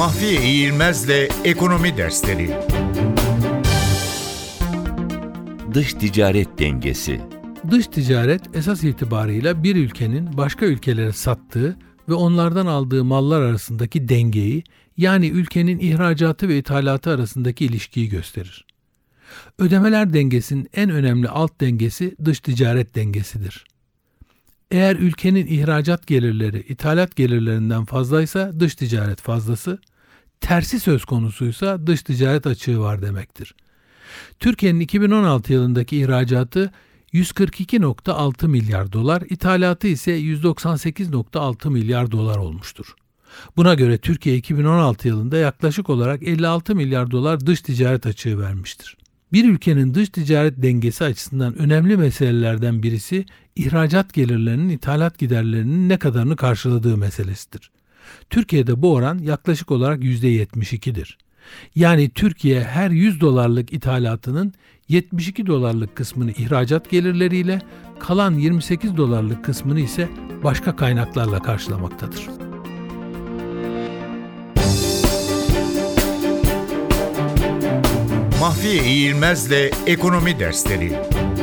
Mahfiye İğilmez'le Ekonomi Dersleri. Dış ticaret dengesi. Dış ticaret esas itibarıyla bir ülkenin başka ülkelere sattığı ve onlardan aldığı mallar arasındaki dengeyi, yani ülkenin ihracatı ve ithalatı arasındaki ilişkiyi gösterir. Ödemeler dengesinin en önemli alt dengesi dış ticaret dengesidir. Eğer ülkenin ihracat gelirleri ithalat gelirlerinden fazlaysa dış ticaret fazlası, tersi söz konusuysa dış ticaret açığı var demektir. Türkiye'nin 2016 yılındaki ihracatı 142,6 milyar dolar, ithalatı ise 198,6 milyar dolar olmuştur. Buna göre Türkiye 2016 yılında yaklaşık olarak 56 milyar dolar dış ticaret açığı vermiştir. Bir ülkenin dış ticaret dengesi açısından önemli meselelerden birisi ihracat gelirlerinin ithalat giderlerinin ne kadarını karşıladığı meselesidir. Türkiye'de bu oran yaklaşık olarak %72'dir. Yani Türkiye her 100 dolarlık ithalatının 72 dolarlık kısmını ihracat gelirleriyle, kalan 28 dolarlık kısmını ise başka kaynaklarla karşılamaktadır. Mahfiye İğilmez'le Ekonomi Dersleri.